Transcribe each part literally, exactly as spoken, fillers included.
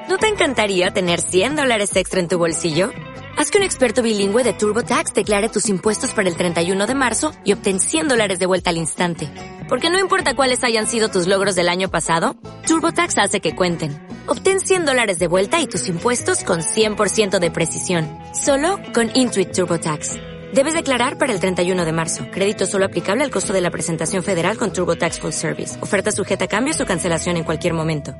¿No te encantaría tener cien dólares extra en tu bolsillo? Haz que un experto bilingüe de TurboTax declare tus impuestos para el treinta y uno de marzo y obtén cien dólares de vuelta al instante. Porque no importa cuáles hayan sido tus logros del año pasado, TurboTax hace que cuenten. Obtén cien dólares de vuelta y tus impuestos con cien por ciento de precisión. Solo con Intuit TurboTax. Debes declarar para el treinta y uno de marzo. Crédito solo aplicable al costo de la presentación federal con TurboTax Full Service. Oferta sujeta a cambios o cancelación en cualquier momento.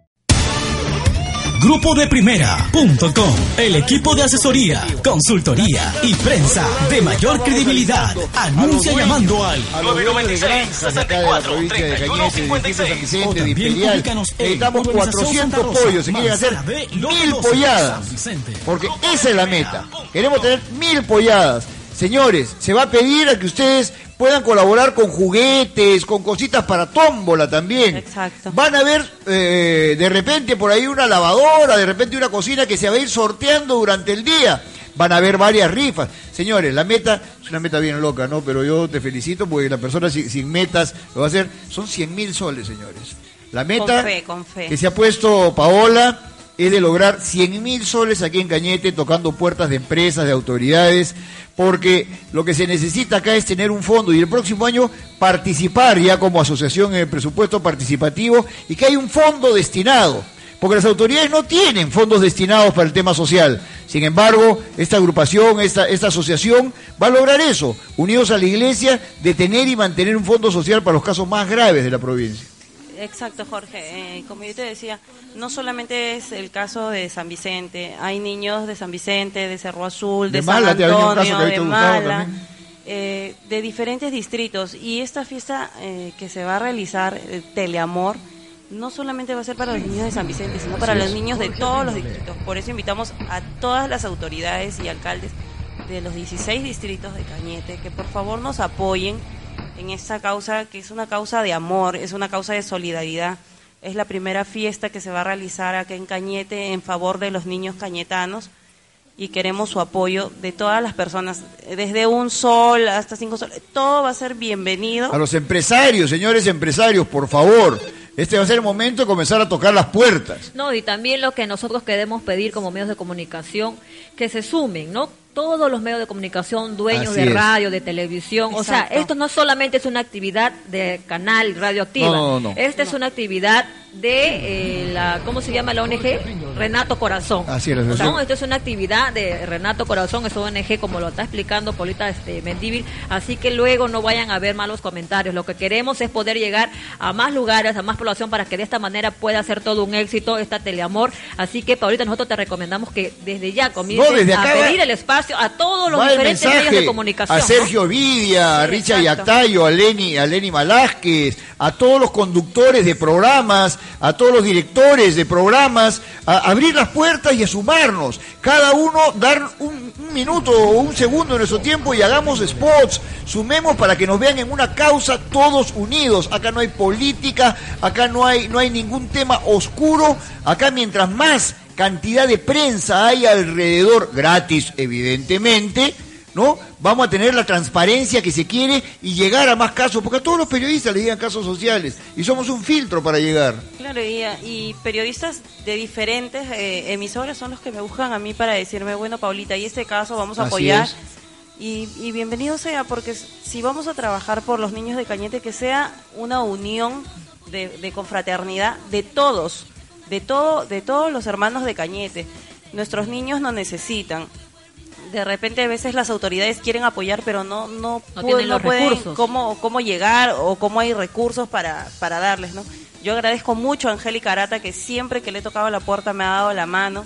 Grupo de Primera punto com, el equipo de asesoría, consultoría y prensa de mayor credibilidad. Anuncia llamando al nueve nueve seis, sesenta y cuatro, treinta y uno cincuenta y seis. O también ubícanos en Necesitamos cuatrocientos pollos, se quieren hacer mil polladas, porque esa es la meta. Queremos tener mil polladas. Señores, se va a pedir a que ustedes puedan colaborar con juguetes, con cositas para tómbola también. Exacto. Van a ver eh, de repente por ahí una lavadora, de repente una cocina que se va a ir sorteando durante el día. Van a haber varias rifas. Señores, la meta es una meta bien loca, ¿no? Pero yo te felicito porque la persona sin, sin metas lo va a hacer. Son cien mil soles, señores. La meta con fe, con fe. que se ha puesto Paola es de lograr cien mil soles aquí en Cañete, tocando puertas de empresas, de autoridades, porque lo que se necesita acá es tener un fondo y el próximo año participar ya como asociación en el presupuesto participativo y que hay un fondo destinado, porque las autoridades no tienen fondos destinados para el tema social. Sin embargo, esta agrupación, esta, esta asociación va a lograr eso, unidos a la iglesia, de tener y mantener un fondo social para los casos más graves de la provincia. Exacto, Jorge. Eh, como yo te decía, no solamente es el caso de San Vicente, hay niños de San Vicente, de Cerro Azul, de, de San Mala, Antonio, de Mala, eh, de diferentes distritos. Y esta fiesta eh, que se va a realizar, eh, Teleamor, no solamente va a ser para los niños de San Vicente, sino para los niños de todos los distritos. Por eso invitamos a todas las autoridades y alcaldes de los dieciséis distritos de Cañete que por favor nos apoyen en esta causa, que es una causa de amor, es una causa de solidaridad. Es la primera fiesta que se va a realizar acá en Cañete en favor de los niños cañetanos y queremos su apoyo de todas las personas, desde un sol hasta cinco soles, todo va a ser bienvenido. A los empresarios, señores empresarios, por favor, este va a ser el momento de comenzar a tocar las puertas. No, y también lo que nosotros queremos pedir como medios de comunicación, que se sumen, ¿no? Todos los medios de comunicación, dueños Así de es. radio, de televisión, Exacto. o sea, esto no solamente es una actividad de canal radioactiva, No, no, no. esta es una actividad de eh, la, ¿cómo se llama la O N G? Renato Corazón. Así es, la ¿no? asociación. Esto es una actividad de Renato Corazón, es O N G, como lo está explicando Polita este, Mendívil, así que luego no vayan a ver malos comentarios. Lo que queremos es poder llegar a más lugares, a más población, para que de esta manera pueda ser todo un éxito esta Teleamor. Así que, Paulita, nosotros te recomendamos que desde ya comiences No, desde a acá pedir va- el espacio a todos los Va el diferentes medios de mensaje comunicación. a Sergio Vidia, a Sí, Richard exacto. Yactayo, a Lenny, a Lenny Malásquez, a todos los conductores de programas, a todos los directores de programas, a abrir las puertas y a sumarnos. Cada uno dar un, un minuto o un segundo de nuestro tiempo y hagamos spots, sumemos para que nos vean en una causa todos unidos. Acá no hay política, acá no hay, no hay ningún tema oscuro, acá mientras más cantidad de prensa hay alrededor, gratis evidentemente, ¿no? Vamos a tener la transparencia que se quiere y llegar a más casos, porque a todos los periodistas les llegan casos sociales y somos un filtro para llegar. Claro, y, y periodistas de diferentes eh, emisoras son los que me buscan a mí para decirme, bueno, Paulita, y este caso vamos a Así apoyar. es. Y, y bienvenido sea, porque si vamos a trabajar por los niños de Cañete, que sea una unión de, de confraternidad de todos, de todo, de todos los hermanos de Cañete. Nuestros niños nos necesitan. De repente a veces las autoridades quieren apoyar, pero no no, No pu- tienen no los pueden recursos. cómo cómo llegar o cómo hay recursos para para darles, ¿no? Yo agradezco mucho a Angélica Arata, que siempre que le he tocado la puerta me ha dado la mano.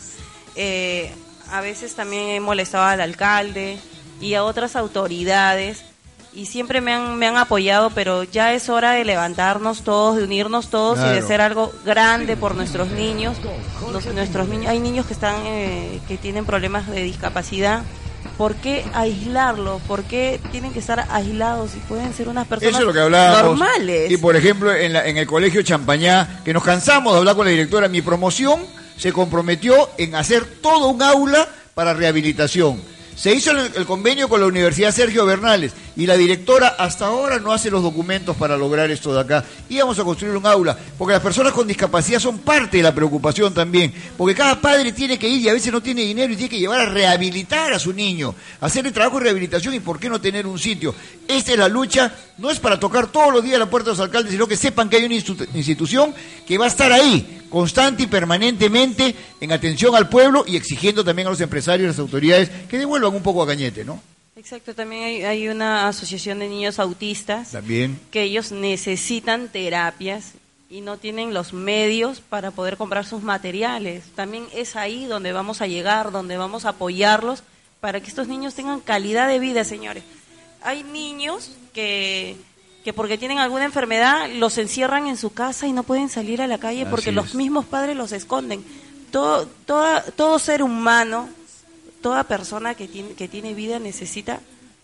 Eh, a veces también he molestado al alcalde y a otras autoridades y siempre me han me han apoyado, pero ya es hora de levantarnos todos, de unirnos todos y de Claro. hacer algo grande por nuestros niños. Nos- nuestros niños, hay niños que están eh, que tienen problemas de discapacidad. ¿Por qué aislarlo? ¿Por qué tienen que estar aislados y pueden ser unas personas Eso es lo que hablábamos. normales? Y por ejemplo, en, la, en el colegio Champañá, que nos cansamos de hablar con la directora, mi promoción se comprometió en hacer todo un aula para rehabilitación. Se hizo el, el convenio con la Universidad Sergio Bernales y la directora hasta ahora no hace los documentos para lograr esto de acá. Íbamos a construir un aula, porque las personas con discapacidad son parte de la preocupación también, porque cada padre tiene que ir y a veces no tiene dinero y tiene que llevar a rehabilitar a su niño, hacerle trabajo de rehabilitación y por qué no tener un sitio. Esta es la lucha, no es para tocar todos los días la puerta de los alcaldes, sino que sepan que hay una institución que va a estar ahí, constante y permanentemente en atención al pueblo y exigiendo también a los empresarios y las autoridades que devuelvan un poco a Cañete, ¿no? Exacto, también hay, hay una asociación de niños autistas también, que ellos necesitan terapias y no tienen los medios para poder comprar sus materiales. También es ahí donde vamos a llegar, donde vamos a apoyarlos para que estos niños tengan calidad de vida, señores. Hay niños que... que porque tienen alguna enfermedad los encierran en su casa y no pueden salir a la calle porque Así los es. mismos padres los esconden. Todo, toda, todo ser humano, toda persona que tiene, que tiene vida necesita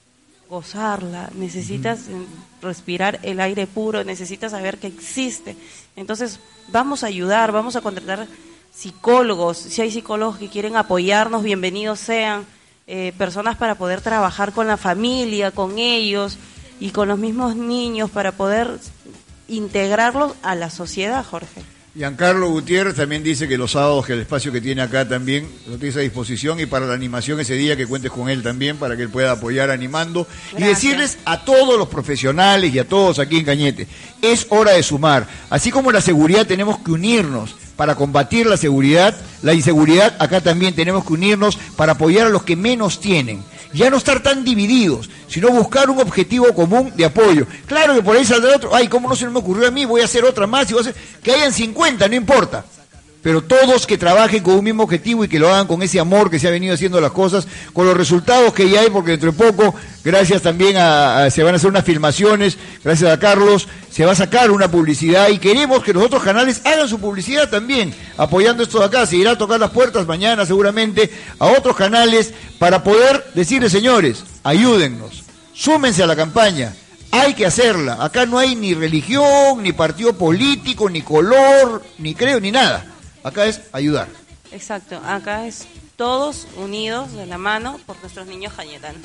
gozarla, necesita uh-huh. respirar el aire puro, necesita saber que existe. Entonces vamos a ayudar, vamos a contratar psicólogos, si hay psicólogos que quieren apoyarnos, bienvenidos sean, eh, personas para poder trabajar con la familia, con ellos y con los mismos niños para poder integrarlos a la sociedad, Jorge. Giancarlo Gutiérrez también dice que los sábados, que el espacio que tiene acá también lo tienes a disposición y para la animación ese día que cuentes con él también para que él pueda apoyar animando. Gracias. Y decirles a todos los profesionales y a todos aquí en Cañete, es hora de sumar. Así como la seguridad tenemos que unirnos para combatir la seguridad, la inseguridad, acá también tenemos que unirnos para apoyar a los que menos tienen. Ya no estar tan divididos, sino buscar un objetivo común de apoyo. Claro que por ahí saldrá otro, ay, ¿cómo no se me ocurrió a mí? Voy a hacer otra más y voy a hacer... Que hayan cincuenta, no importa. Pero todos que trabajen con un mismo objetivo y que lo hagan con ese amor que se ha venido haciendo las cosas, con los resultados que ya hay, porque dentro de poco, gracias también a, a se van a hacer unas filmaciones, gracias a Carlos, se va a sacar una publicidad y queremos que los otros canales hagan su publicidad también, apoyando esto de acá. Se irá a tocar las puertas mañana seguramente a otros canales para poder decirles, señores, ayúdennos, súmense a la campaña. Hay que hacerla. Acá no hay ni religión, ni partido político, ni color, ni creo, ni nada. Acá es ayudar. Exacto, acá es todos unidos de la mano por nuestros niños cañetanos.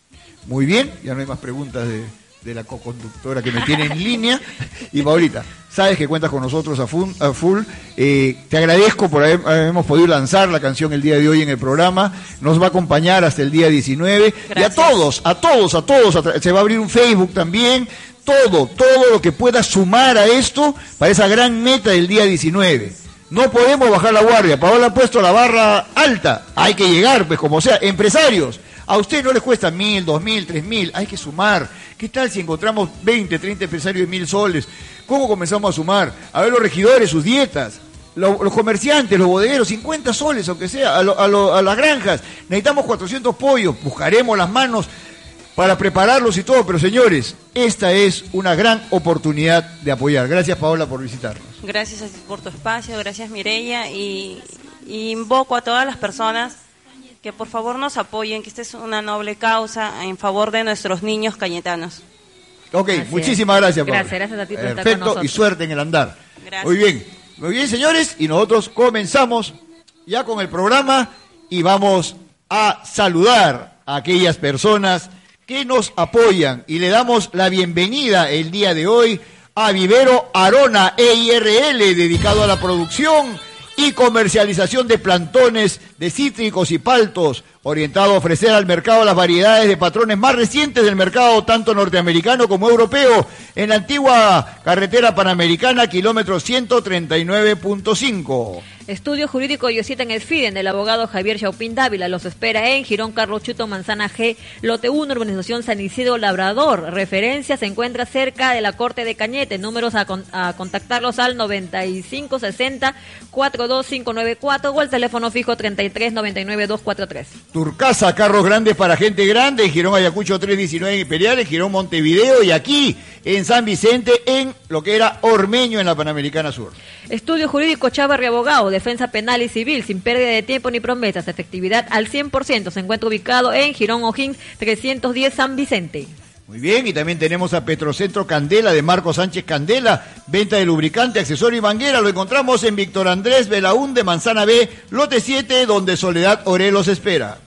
Muy bien, ya no hay más preguntas de, de la co-conductora que me tiene en línea. Y Paulita, sabes que cuentas con nosotros a full. A full. Eh, te agradezco por haber hemos podido lanzar la canción el día de hoy en el programa. Nos va a acompañar hasta el día diecinueve. Gracias. Y a todos, a todos, a todos, a se va a abrir un Facebook también. Todo, todo lo que pueda sumar a esto para esa gran meta del día diecinueve. No podemos bajar la guardia. Paola ha puesto la barra alta. Hay que llegar, pues como sea. Empresarios, a usted no les cuesta mil, dos mil, tres mil. Hay que sumar. ¿Qué tal si encontramos veinte, treinta empresarios de mil soles? ¿Cómo comenzamos a sumar? A ver los regidores, sus dietas. Los, los comerciantes, los bodegueros, cincuenta soles, aunque sea. A, lo, a, lo, a las granjas. Necesitamos cuatrocientos pollos. Buscaremos las manos para prepararlos y todo. Pero señores, esta es una gran oportunidad de apoyar. Gracias, Paola, por visitarnos. Gracias por tu espacio, gracias Mireya, y, y invoco a todas las personas que por favor nos apoyen, que esta es una noble causa en favor de nuestros niños cañetanos. Ok, así muchísimas es. gracias, Paola. Gracias, gracias a ti por Perfecto, estar con nosotros. Y suerte en el andar. Gracias. Muy bien, muy bien, señores, y nosotros comenzamos ya con el programa y vamos a saludar a aquellas personas que nos apoyan y le damos la bienvenida el día de hoy a Vivero Arona E I R L, dedicado a la producción y comercialización de plantones de cítricos y paltos, orientado a ofrecer al mercado las variedades de patrones más recientes del mercado, tanto norteamericano como europeo, en la antigua carretera panamericana, kilómetro ciento treinta y nueve punto cinco. Estudio Jurídico Yosita en el FIDEN del abogado Javier Chaupín Dávila. Los espera en Girón Carlos Chuto Manzana G, lote uno, urbanización San Isidro Labrador. Referencia se encuentra cerca de la Corte de Cañete. Números a, con, a contactarlos al noventa y cinco sesenta, cuarenta y dos cinco noventa y cuatro o al teléfono fijo treinta y tres noventa y nueve doscientos cuarenta y tres. Turcasa, carros grandes para gente grande, en Girón Ayacucho trescientos diecinueve en Imperial, en Girón Montevideo y aquí en San Vicente, en lo que era Ormeño, en la Panamericana Sur. Estudio Jurídico Chávarri Abogado, defensa penal y civil, sin pérdida de tiempo ni promesas, efectividad al cien por ciento. Se encuentra ubicado en Girón O'Higgins trescientos diez San Vicente. Muy bien, y también tenemos a Petrocentro Candela de Marco Sánchez Candela, venta de lubricante, accesorio y manguera. Lo encontramos en Víctor Andrés Belaúnde, Manzana B, lote siete, donde Soledad Orelos espera.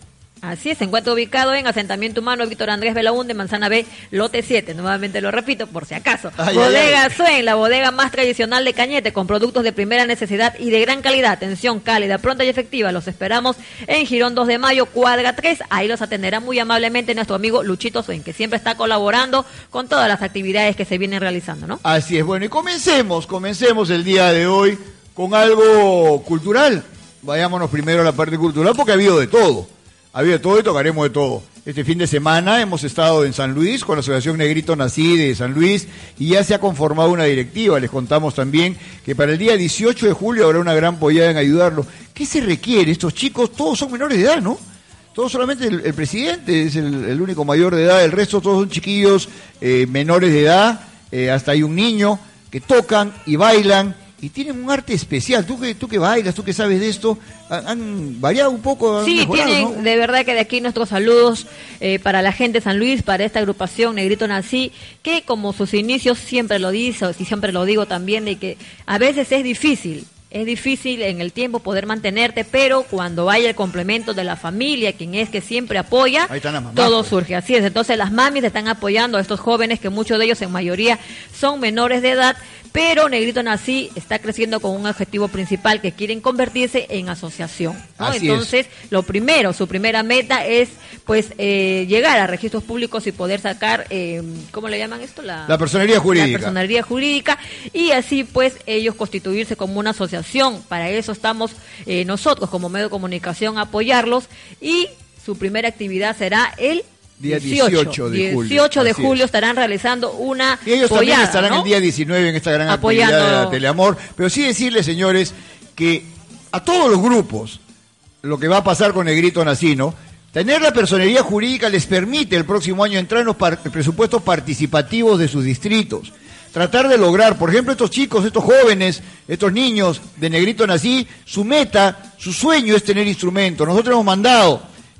Así es, se encuentra ubicado en Asentamiento Humano Víctor Andrés Belaúnde, Manzana B, lote siete. Nuevamente lo repito, por si acaso. Ay, bodega Suen, la bodega más tradicional de Cañete, con productos de primera necesidad y de gran calidad. Atención cálida, pronta y efectiva. Los esperamos en Girón dos de Mayo, cuadra tres. Ahí los atenderá muy amablemente nuestro amigo Luchito Suen, que siempre está colaborando con todas las actividades que se vienen realizando, ¿no? Así es, bueno, y comencemos, comencemos el día de hoy con algo cultural. Vayámonos primero a la parte cultural, porque ha habido de todo. Ha habido de todo y tocaremos de todo. Este fin de semana hemos estado en San Luis con la Asociación Negrito Nací de San Luis y ya se ha conformado una directiva. Les contamos también que para el día dieciocho de julio habrá una gran pollada en ayudarlo. ¿Qué se requiere? Estos chicos todos son menores de edad, ¿no? Todos solamente el, el presidente es el, el único mayor de edad, el resto todos son chiquillos eh, menores de edad, eh, hasta hay un niño que tocan y bailan. Y tienen un arte especial. Tú que tú que bailas, tú que sabes de esto, han, han variado un poco. Han sí, mejorado, tienen, ¿no? De verdad que de aquí nuestros saludos eh, para la gente de San Luis, para esta agrupación Negrito Nací, que como sus inicios siempre lo dice, y siempre lo digo también, de que a veces es difícil. Es difícil en el tiempo poder mantenerte, pero cuando hay el complemento de la familia, quien es que siempre apoya, mamás, todo pues. surge. Así es. Entonces las mamis están apoyando a estos jóvenes, que muchos de ellos en mayoría son menores de edad, pero Negrito Nací está creciendo con un objetivo principal, que quieren convertirse en asociación, ¿no? Entonces, es. lo primero, su primera meta es pues eh, llegar a registros públicos y poder sacar, eh, ¿cómo le llaman esto? La, la personería jurídica. La personería jurídica, y así pues ellos constituirse como una asociación. Para eso estamos eh, nosotros como medio de comunicación, apoyarlos, y su primera actividad será el día dieciocho de julio. dieciocho de julio estarán realizando una y ellos pollada, también estarán ¿no? el día diecinueve en esta gran Apoyando... actividad de la Teleamor. Pero sí decirles, señores, que a todos los grupos, lo que va a pasar con Negrito Nací, ¿no? Tener la personería jurídica les permite el próximo año entrar en los par- presupuestos participativos de sus distritos. Tratar de lograr, por ejemplo, estos chicos, estos jóvenes, estos niños de Negrito Nací, su meta, su sueño es tener instrumentos. Nosotros hemos mandado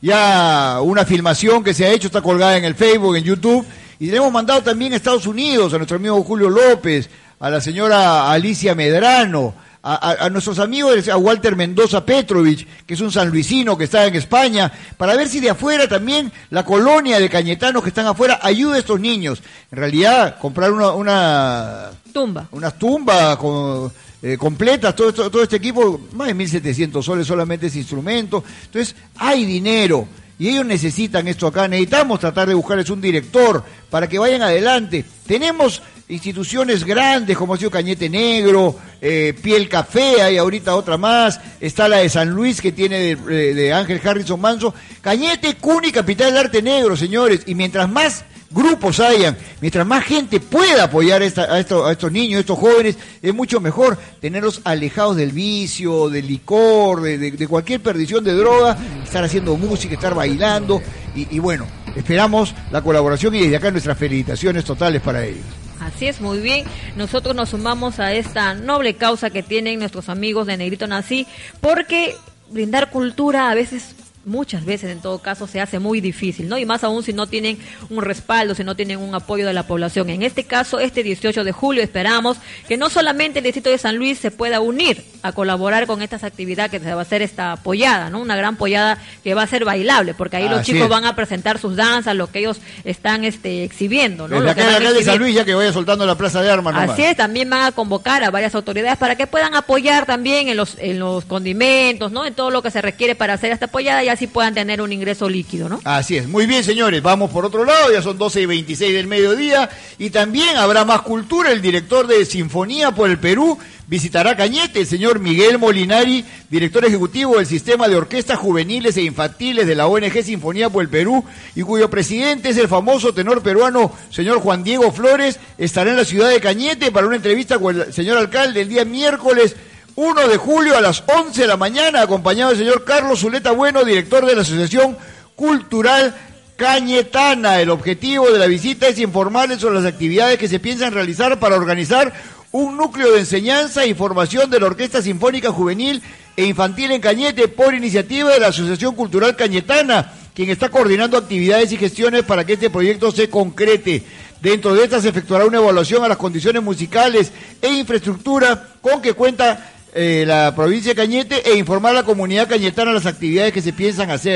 ya una filmación que se ha hecho, está colgada en el Facebook, en YouTube, y le hemos mandado también a Estados Unidos, a nuestro amigo Julio López, a la señora Alicia Medrano, a, a, a nuestros amigos, a Walter Mendoza Petrovich, que es un sanluisino que está en España, para ver si de afuera también la colonia de cañetanos que están afuera ayuda a estos niños. En realidad, comprar una, una tumba, unas tumbas con, eh, completas, todo, esto, todo este equipo, más de mil setecientos soles solamente ese instrumento. Entonces, hay dinero. Y ellos necesitan esto acá. Necesitamos tratar de buscarles un director para que vayan adelante. Tenemos instituciones grandes como ha sido Cañete Negro, eh, Piel Café, hay ahorita otra más, está la de San Luis que tiene de, de, de Ángel Harrison Manso. Cañete, cuna y capital del arte negro, señores. Y mientras más grupos hayan, mientras más gente pueda apoyar esta, a, esto, a estos niños, a estos jóvenes, es mucho mejor tenerlos alejados del vicio, del licor, de, de, de cualquier perdición de droga, estar haciendo música, estar bailando, y, y bueno, esperamos la colaboración y desde acá nuestras felicitaciones totales para ellos. Así es, muy bien. Nosotros nos sumamos a esta noble causa que tienen nuestros amigos de Negrito Nací, porque brindar cultura a veces... muchas veces en todo caso se hace muy difícil, ¿no? Y más aún si no tienen un respaldo, si no tienen un apoyo de la población. En este caso, este dieciocho de julio esperamos que no solamente el distrito de San Luis se pueda unir a colaborar con estas actividades, que se va a hacer esta pollada, ¿no? Una gran pollada que va a ser bailable, porque ahí ah, los chicos es. van a presentar sus danzas, lo que ellos están este, exhibiendo, ¿no? Desde acá, acá de San Luis, ya que vaya soltando la plaza de armas nomás. Así es, también van a convocar a varias autoridades para que puedan apoyar también en los, en los condimentos, ¿no? En todo lo que se requiere para hacer esta pollada, y así puedan tener un ingreso líquido, ¿no? Así es. Muy bien, señores, vamos por otro lado, ya son doce y veintiséis del mediodía, y también habrá más cultura. El director de Sinfonía por el Perú visitará Cañete, el señor Miguel Molinari, director ejecutivo del Sistema de Orquestas Juveniles e Infantiles de la O N G Sinfonía por el Perú, y cuyo presidente es el famoso tenor peruano, señor Juan Diego Flores. Estará en la ciudad de Cañete para una entrevista con el señor alcalde el día miércoles uno de julio a las once de la mañana, acompañado del señor Carlos Zuleta Bueno, director de la Asociación Cultural Cañetana. El objetivo de la visita es informarles sobre las actividades que se piensan realizar para organizar un núcleo de enseñanza y formación de la Orquesta Sinfónica Juvenil e Infantil en Cañete, por iniciativa de la Asociación Cultural Cañetana, quien está coordinando actividades y gestiones para que este proyecto se concrete. Dentro de esta se efectuará una evaluación a las condiciones musicales e infraestructura con que cuenta eh, la provincia de Cañete, e informar a la comunidad cañetana las actividades que se piensan hacer.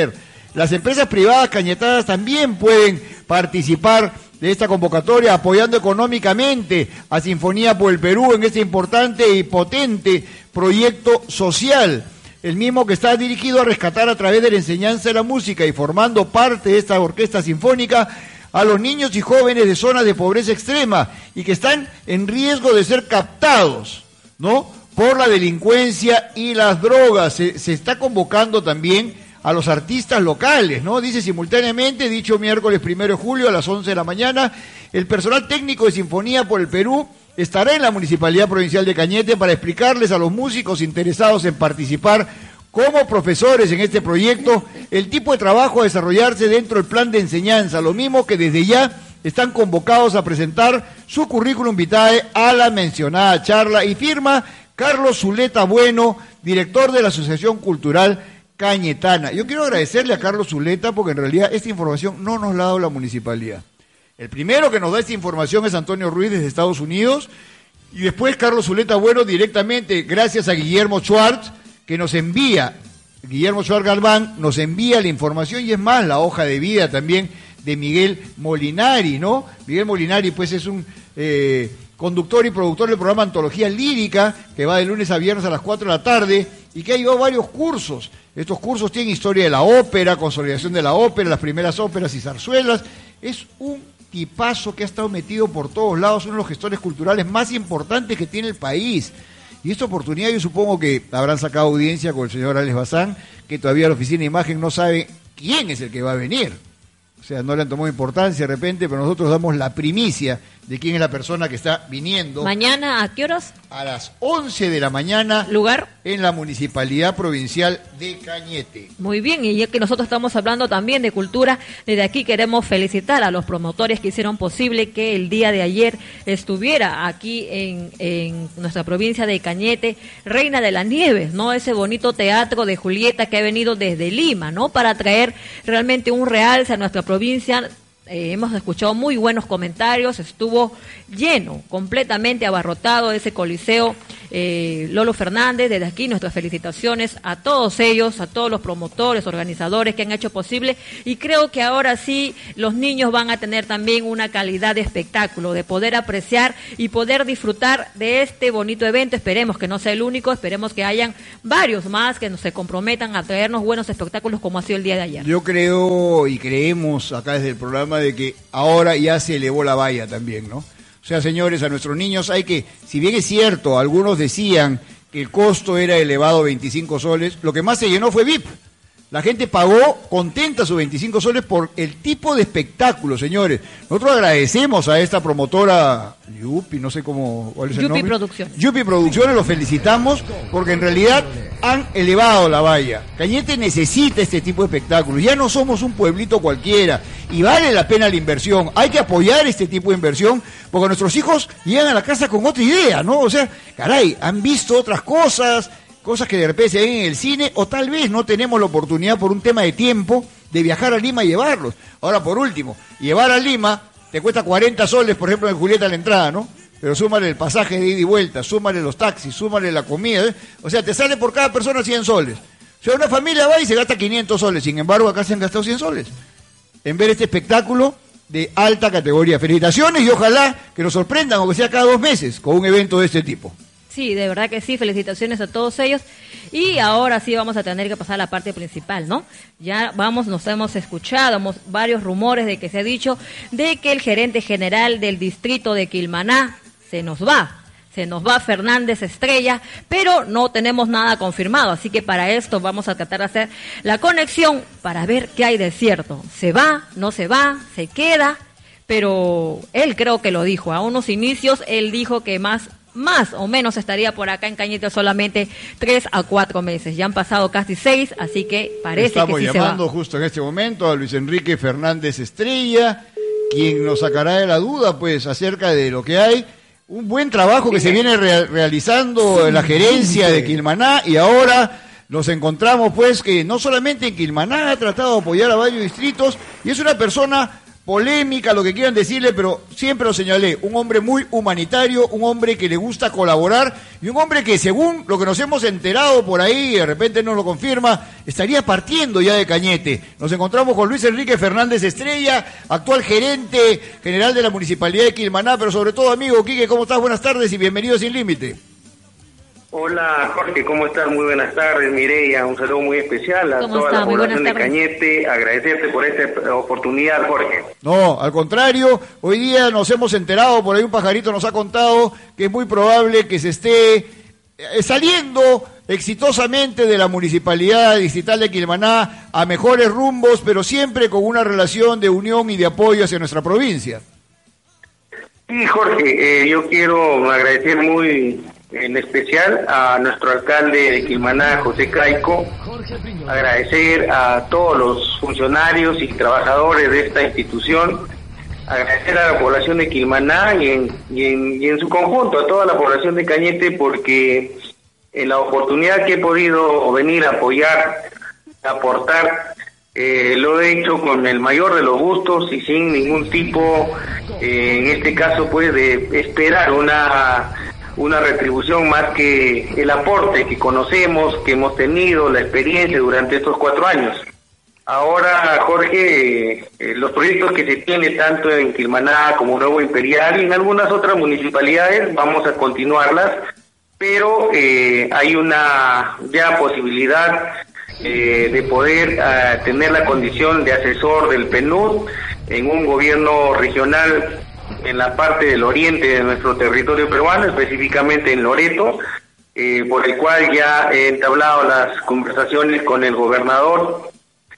Las empresas privadas cañetanas también pueden participar de esta convocatoria, apoyando económicamente a Sinfonía por el Perú en este importante y potente proyecto social, el mismo que está dirigido a rescatar a través de la enseñanza de la música y formando parte de esta orquesta sinfónica a los niños y jóvenes de zonas de pobreza extrema y que están en riesgo de ser captados, ¿no?, por la delincuencia y las drogas. Se, se está convocando también a los artistas locales, ¿no? Dice simultáneamente, dicho miércoles primero de julio a las once de la mañana, el personal técnico de Sinfonía por el Perú estará en la Municipalidad Provincial de Cañete para explicarles a los músicos interesados en participar como profesores en este proyecto el tipo de trabajo a desarrollarse dentro del plan de enseñanza, lo mismo que desde ya están convocados a presentar su currículum vitae a la mencionada charla, y firma Carlos Zuleta Bueno, director de la Asociación Cultural Cañetana. Yo quiero agradecerle a Carlos Zuleta porque en realidad esta información no nos la ha dado la municipalidad. El primero que nos da esta información es Antonio Ruiz desde Estados Unidos, y después Carlos Zuleta Bueno directamente, gracias a Guillermo Schwartz, que nos envía, Guillermo Schwartz Galván nos envía la información, y es más, la hoja de vida también de Miguel Molinari, ¿no? Miguel Molinari pues es un eh, conductor y productor del programa Antología Lírica, que va de lunes a viernes a las cuatro de la tarde, y que ha llevado varios cursos. Estos cursos tienen historia de la ópera, consolidación de la ópera, las primeras óperas y zarzuelas. Es un tipazo que ha estado metido por todos lados, uno de los gestores culturales más importantes que tiene el país. Y esta oportunidad yo supongo que habrán sacado audiencia con el señor Alex Bazán, que todavía la oficina de imagen no sabe quién es el que va a venir. O sea, no le han tomado importancia de repente, pero nosotros damos la primicia de quién es la persona que está viniendo. ¿Mañana a qué horas? A las once de la mañana. ¿Lugar? En la Municipalidad Provincial de Cañete. Muy bien, y ya que nosotros estamos hablando también de cultura, desde aquí queremos felicitar a los promotores que hicieron posible que el día de ayer estuviera aquí en, en nuestra provincia de Cañete, Reina de las Nieves, ¿no? Ese bonito teatro de Julieta que ha venido desde Lima, ¿no? Para traer realmente un realce a nuestra provincia. Eh, hemos escuchado muy buenos comentarios, estuvo lleno, completamente abarrotado ese coliseo. eh, Lolo Fernández, desde aquí nuestras felicitaciones a todos ellos, a todos los promotores, organizadores que han hecho posible, y creo que ahora sí los niños van a tener también una calidad de espectáculo, de poder apreciar y poder disfrutar de este bonito evento. Esperemos que no sea el único, esperemos que hayan varios más que se comprometan a traernos buenos espectáculos como ha sido el día de ayer. Yo creo y creemos acá desde el programa de que ahora ya se elevó la valla también, ¿no? O sea, señores, a nuestros niños hay que, si bien es cierto, algunos decían que el costo era elevado, veinticinco soles, lo que más se llenó fue V I P. La gente pagó contenta sus veinticinco soles por el tipo de espectáculo, señores. Nosotros agradecemos a esta promotora, Yupi, no sé cómo, cuál es el nombre. Yupi Producciones. Yupi Producciones, los felicitamos porque en realidad han elevado la valla. Cañete necesita este tipo de espectáculos. Ya no somos un pueblito cualquiera y vale la pena la inversión. Hay que apoyar este tipo de inversión porque nuestros hijos llegan a la casa con otra idea, ¿no? O sea, caray, han visto otras cosas, cosas que de repente se ven en el cine, o tal vez no tenemos la oportunidad por un tema de tiempo de viajar a Lima y llevarlos. Ahora, por último, llevar a Lima te cuesta cuarenta soles, por ejemplo, en Julieta la entrada, ¿no? Pero súmale el pasaje de ida y vuelta, súmale los taxis, súmale la comida, ¿eh? O sea, te sale por cada persona cien soles. O sea, una familia va y se gasta quinientos soles, sin embargo, acá se han gastado cien soles en ver este espectáculo de alta categoría. Felicitaciones y ojalá que nos sorprendan, aunque sea cada dos meses, con un evento de este tipo. Sí, de verdad que sí, felicitaciones a todos ellos. Y ahora sí vamos a tener que pasar a la parte principal, ¿no? Ya vamos, nos hemos escuchado hemos, varios rumores de que se ha dicho de que el gerente general del distrito de Quilmaná se nos va. Se nos va Fernández Estrella, pero no tenemos nada confirmado, así que para esto vamos a tratar de hacer la conexión para ver qué hay de cierto. ¿Se va? ¿No se va? ¿Se queda? Pero él creo que lo dijo, a unos inicios él dijo que más más o menos estaría por acá en Cañete solamente tres a cuatro meses. Ya han pasado casi seis, así que parece Estamos que sí se va. Estamos llamando justo en este momento a Luis Enrique Fernández Estrella, quien nos sacará de la duda, pues, acerca de lo que hay. Un buen trabajo que se viene re realizando en la gerencia de Quilmaná, y ahora nos encontramos, pues, que no solamente en Quilmaná ha tratado de apoyar a varios distritos, y es una persona polémica, lo que quieran decirle, pero siempre lo señalé, un hombre muy humanitario, un hombre que le gusta colaborar y un hombre que, según lo que nos hemos enterado por ahí, de repente nos lo confirma, estaría partiendo ya de Cañete. Nos encontramos con Luis Enrique Fernández Estrella, actual gerente general de la Municipalidad de Quilmaná, pero sobre todo, amigo Quique, ¿cómo estás? Buenas tardes y bienvenido Sin Límite. Hola Jorge, ¿cómo estás? Muy buenas tardes, Mireya, un saludo muy especial a toda la población de Cañete, agradecerte por esta oportunidad, Jorge. No, al contrario, hoy día nos hemos enterado, por ahí un pajarito nos ha contado que es muy probable que se esté saliendo exitosamente de la Municipalidad Distrital de Quilmaná a mejores rumbos, pero siempre con una relación de unión y de apoyo hacia nuestra provincia. Sí, Jorge, eh, yo quiero agradecer muy en especial a nuestro alcalde de Quilmaná, José Caico, agradecer a todos los funcionarios y trabajadores de esta institución, agradecer a la población de Quilmaná y en, y en, y en su conjunto a toda la población de Cañete, porque en la oportunidad que he podido venir a apoyar, aportar, eh, lo he hecho con el mayor de los gustos y sin ningún tipo, eh, en este caso pues de esperar una una retribución más que el aporte que conocemos, que hemos tenido, la experiencia durante estos cuatro años. Ahora, Jorge, eh, los proyectos que se tienen tanto en Quilmaná como Nuevo Imperial y en algunas otras municipalidades, vamos a continuarlas, pero eh, hay una ya posibilidad eh, de poder uh, tener la condición de asesor del P N U D en un gobierno regional en la parte del oriente de nuestro territorio peruano, específicamente en Loreto, eh, por el cual ya he entablado las conversaciones con el gobernador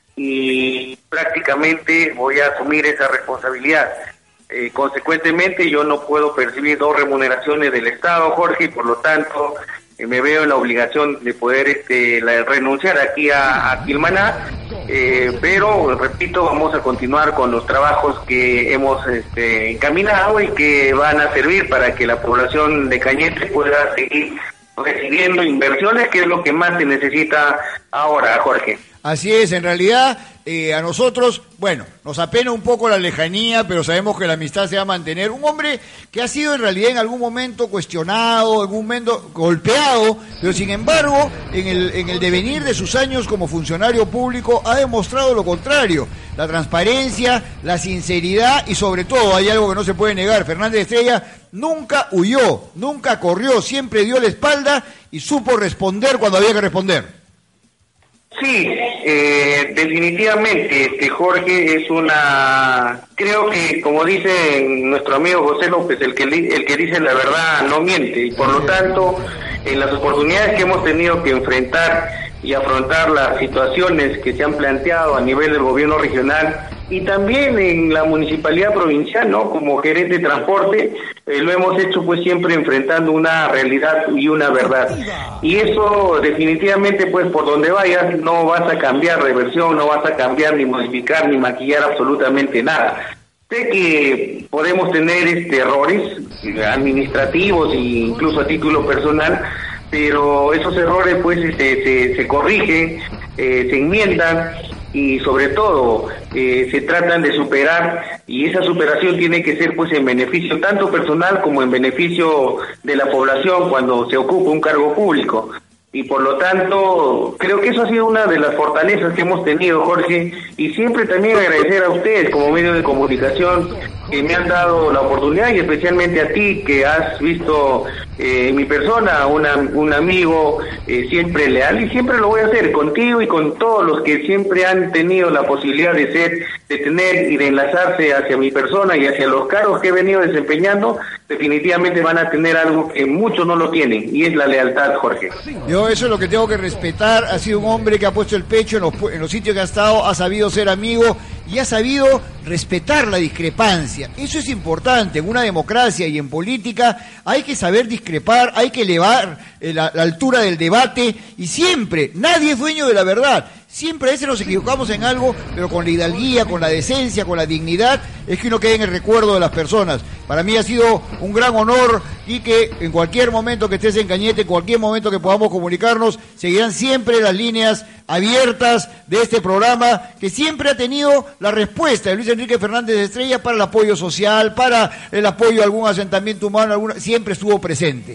y prácticamente voy a asumir esa responsabilidad. Eh, consecuentemente, yo no puedo percibir dos remuneraciones del Estado, Jorge, y por lo tanto eh, me veo en la obligación de poder este, la, renunciar aquí a, a Quilmaná. Eh, pero, repito, vamos a continuar con los trabajos que hemos este, encaminado y que van a servir para que la población de Cañete pueda seguir recibiendo inversiones, que es lo que más se necesita ahora, Jorge. Así es, en realidad eh, a nosotros, bueno, nos apena un poco la lejanía, pero sabemos que la amistad se va a mantener. Un hombre que ha sido en realidad en algún momento cuestionado, en algún momento golpeado, pero sin embargo, en el, en el devenir de sus años como funcionario público ha demostrado lo contrario, la transparencia, la sinceridad y sobre todo, hay algo que no se puede negar, Fernández Estrella nunca huyó, nunca corrió, siempre dio la espalda y supo responder cuando había que responder. Sí, eh, definitivamente, este Jorge es una, creo que como dice nuestro amigo José López, el que el que dice la verdad no miente, y por lo tanto, en las oportunidades que hemos tenido que enfrentar y afrontar las situaciones que se han planteado a nivel del gobierno regional y también en la municipalidad provincial, ¿no? Como gerente de transporte, eh, lo hemos hecho pues siempre enfrentando una realidad y una verdad. Y eso definitivamente pues por donde vayas no vas a cambiar de versión, no vas a cambiar ni modificar ni maquillar absolutamente nada. Sé que podemos tener este errores administrativos e incluso a título personal, pero esos errores pues este, se, se corrigen, eh, se enmiendan y sobre todo eh, se tratan de superar, y esa superación tiene que ser pues en beneficio tanto personal como en beneficio de la población cuando se ocupa un cargo público. Y por lo tanto, creo que eso ha sido una de las fortalezas que hemos tenido, Jorge, y siempre también agradecer a ustedes como medio de comunicación que me han dado la oportunidad, y especialmente a ti que has visto eh, en mi persona una, un amigo eh, siempre leal, y siempre lo voy a hacer contigo y con todos los que siempre han tenido la posibilidad de ser, de tener y de enlazarse hacia mi persona y hacia los cargos que he venido desempeñando. Definitivamente van a tener algo que muchos no lo tienen, y es la lealtad, Jorge. Yo eso es lo que tengo que respetar. Ha sido un hombre que ha puesto el pecho en los, en los sitios que ha estado, ha sabido ser amigo y ha sabido respetar la discrepancia. Eso es importante. En una democracia y en política hay que saber discrepar, hay que elevar la, la altura del debate, y siempre, nadie es dueño de la verdad. siempre a veces nos equivocamos en algo, pero con la hidalguía, con la decencia, con la dignidad, es que uno queda en el recuerdo de las personas. Para mí ha sido un gran honor, y que en cualquier momento que estés en Cañete, en cualquier momento que podamos comunicarnos, seguirán siempre las líneas abiertas de este programa, que siempre ha tenido la respuesta de Luis Enrique Fernández Estrella para el apoyo social, para el apoyo a algún asentamiento humano, alguna, siempre estuvo presente.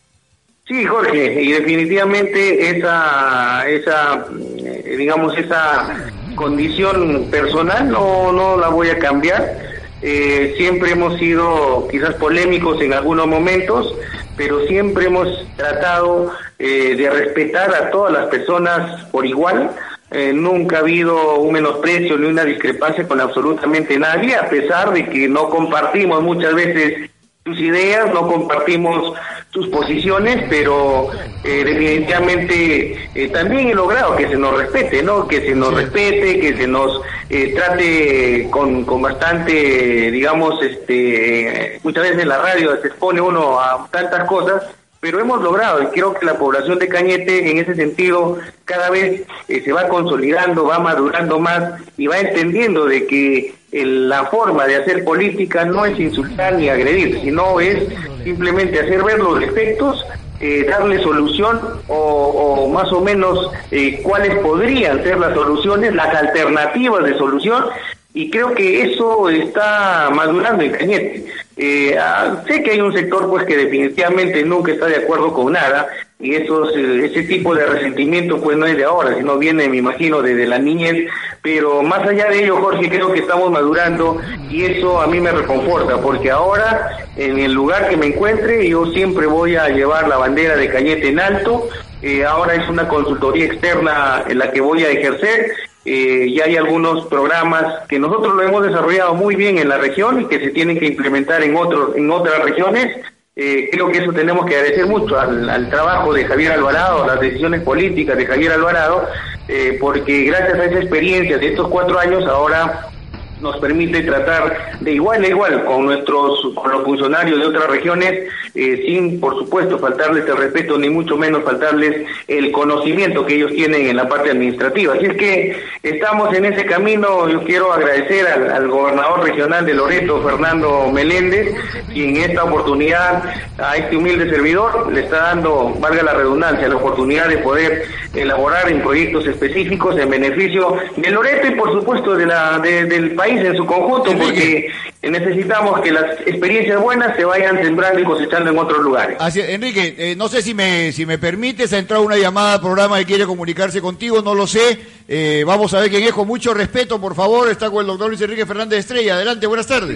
Sí, Jorge, y definitivamente esa, esa, digamos, esa condición personal no, no la voy a cambiar. Eh, siempre hemos sido quizás polémicos en algunos momentos, pero siempre hemos tratado eh, de respetar a todas las personas por igual. Eh, nunca ha habido un menosprecio ni una discrepancia con absolutamente nadie, a pesar de que no compartimos muchas veces sus ideas, no compartimos sus posiciones, pero eh, definitivamente eh, también he logrado que se nos respete, ¿no? Que se nos respete, que se nos eh, trate con, con bastante, digamos, este, muchas veces en la radio se expone uno a tantas cosas, pero hemos logrado, y creo que la población de Cañete en ese sentido cada vez eh, se va consolidando, va madurando más y va entendiendo de que el, la forma de hacer política no es insultar ni agredir, sino es simplemente hacer ver los defectos, eh, darle solución o, o más o menos eh, cuáles podrían ser las soluciones, las alternativas de solución, y creo que eso está madurando en Cañete. Eh, ah, sé que hay un sector pues que definitivamente nunca está de acuerdo con nada, y esos, eh, ese tipo de resentimiento pues no es de ahora, sino viene, me imagino, desde la niñez, pero más allá de ello, Jorge, creo que estamos madurando, y eso a mí me reconforta, porque ahora, en el lugar que me encuentre, yo siempre voy a llevar la bandera de Cañete en alto. Eh, ahora es una consultoría externa en la que voy a ejercer. Eh, ya hay algunos programas que nosotros lo hemos desarrollado muy bien en la región y que se tienen que implementar en otros en otras regiones. Eh, creo que eso tenemos que agradecer mucho al, al trabajo de Javier Alvarado, a las decisiones políticas de Javier Alvarado, eh, porque gracias a esa experiencia de estos cuatro años ahora nos permite tratar de igual a igual con nuestros con los funcionarios de otras regiones, eh, sin por supuesto faltarles el respeto ni mucho menos faltarles el conocimiento que ellos tienen en la parte administrativa. Así es que estamos en ese camino. Yo quiero agradecer al, al gobernador regional de Loreto, Fernando Meléndez, quien en esta oportunidad a este humilde servidor le está dando, valga la redundancia, la oportunidad de poder elaborar en proyectos específicos en beneficio de Loreto y por supuesto de la de, del país en su conjunto, porque necesitamos que las experiencias buenas se vayan sembrando y cosechando en otros lugares. Así, Enrique, eh, no sé si me si me permites, ha entrado una llamada al programa que quiere comunicarse contigo, no lo sé, eh, vamos a ver quién es, con mucho respeto, por favor, está con el doctor Luis Enrique Fernández Estrella. Adelante, buenas tardes.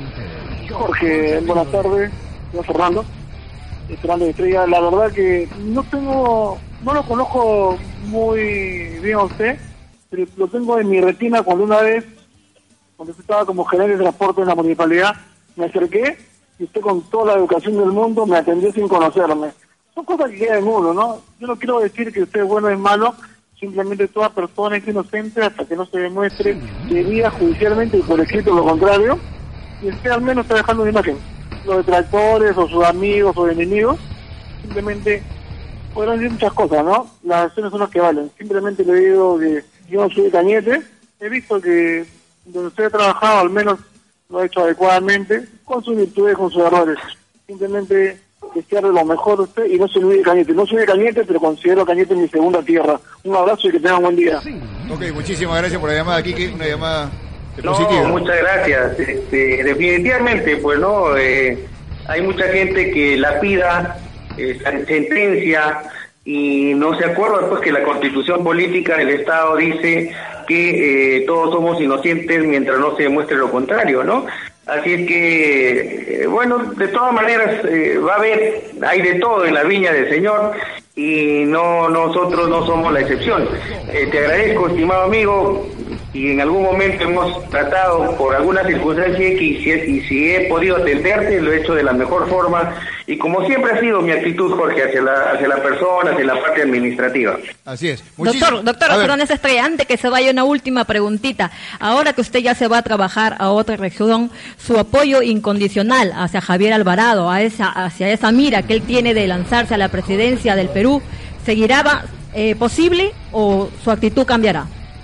Jorge, buenas tardes, yo Fernando, Fernández Estrella. La verdad que no tengo, no lo conozco muy bien a usted, pero lo tengo en mi retina cuando una vez, cuando yo estaba como gerente de transporte en la municipalidad, me acerqué y usted con toda la educación del mundo me atendió sin conocerme. Son cosas que quedan en uno, ¿no? Yo no quiero decir que usted es bueno o es malo, simplemente toda persona es inocente hasta que no se demuestre debida judicialmente y por escrito lo contrario, y usted al menos está dejando una imagen. Los detractores o sus amigos o enemigos simplemente podrán decir muchas cosas, ¿no? Las acciones son las que valen. Simplemente le digo que yo no soy de Cañete, he visto que donde usted ha trabajado al menos lo ha hecho adecuadamente, con sus virtudes, con sus errores. Simplemente desearle lo mejor a usted y no se olvide de Cañete. No soy de Cañete, pero considero Cañete mi segunda tierra. Un abrazo y que tengan un buen día. Ok, muchísimas gracias por la llamada, Kike, una llamada no, positiva. Muchas gracias. Este, definitivamente, pues no, eh, hay mucha gente que la pida, eh, sentencia, y no se acuerda pues que la Constitución Política del Estado dice que eh, todos somos inocentes mientras no se demuestre lo contrario, ¿no? Así es que, eh, bueno, de todas maneras eh, va a haber, hay de todo en la viña del Señor, y no nosotros no somos la excepción. Eh, te agradezco, estimado amigo, y en algún momento hemos tratado por alguna circunstancia X, y si, y si he podido atenderte, lo he hecho de la mejor forma, y como siempre ha sido mi actitud, Jorge, hacia la hacia la persona, hacia la parte administrativa. Así es. Muchis... Doctor, doctor, perdón, esa estrella, antes que se vaya una última preguntita. Ahora que usted ya se va a trabajar a otra región, su apoyo incondicional hacia Javier Alvarado, a esa, hacia esa mira que él tiene de lanzarse a la presidencia del Perú, ¿seguirá, eh, posible o su actitud cambiará?